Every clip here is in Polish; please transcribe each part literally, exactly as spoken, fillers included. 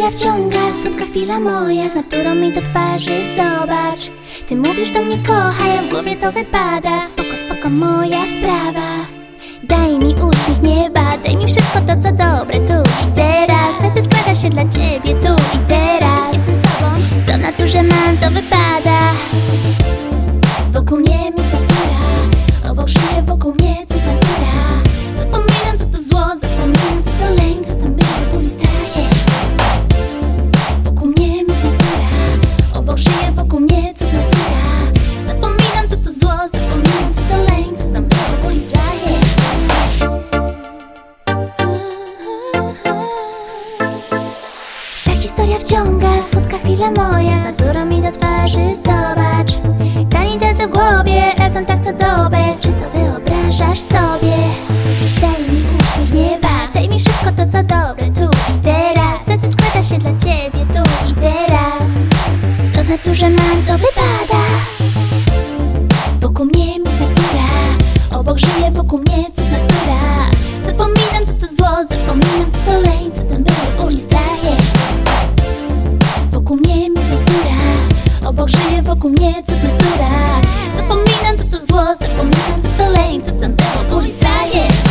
historia wciąga, słodka chwila moja, z naturą mi do twarzy zobacz. Ty mówisz do mnie kochaj, a w głowie to wypada. Spoko, spoko, moja sprawa. Daj mi uśmiech nieba, daj mi wszystko to co dobre tu i teraz. Tacy składa się dla ciebie tu i teraz. Jestem sobą, co w naturze mam to wypada. Wokół mnie jest natura, obok żyje wokół mnie co natura. Zapominam co to zło, zapominam co to lęk, co tam było, ból i strach jest. Wokół mnie jest natura, obok żyje wokół mnie co natura. Zapominam co to zło, zapominam co to lęk, co tam było, ból i strach jest. Ta historia wciąga, słodka chwila moja, z naturą mi do twarzy zobacz. Tani tańce w głowie, Elton tak co dobę, czy to wyobrażasz sobie? Daj mi uśmiech nieba, daj mi wszystko to co dobre tu i teraz. Tacy składa się dla ciebie tu i teraz. Co w naturze mam to wypada. Wokół mnie jest natura, obok żyje wokół mnie co natura. Zapominam co to zło, zapominam co to lęk, co tam było, ból i strach jest. Wokół mnie jest natura, obok żyje wokół mnie co natura. Zapominam co to zło, zapominam co to lęk, co tam było, ból i strach jest.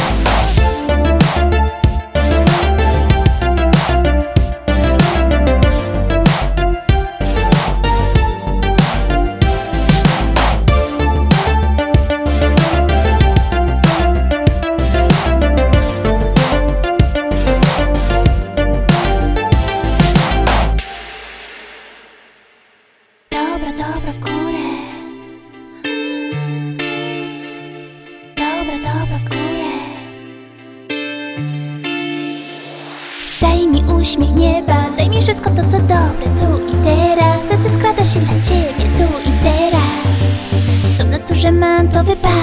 Dobra, dobra w górę. Dobra, dobra w górę. Daj mi uśmiech nieba, daj mi wszystko to co dobre tu i teraz. Tacy składa się dla ciebie tu i teraz. Co w naturze mam to wypada.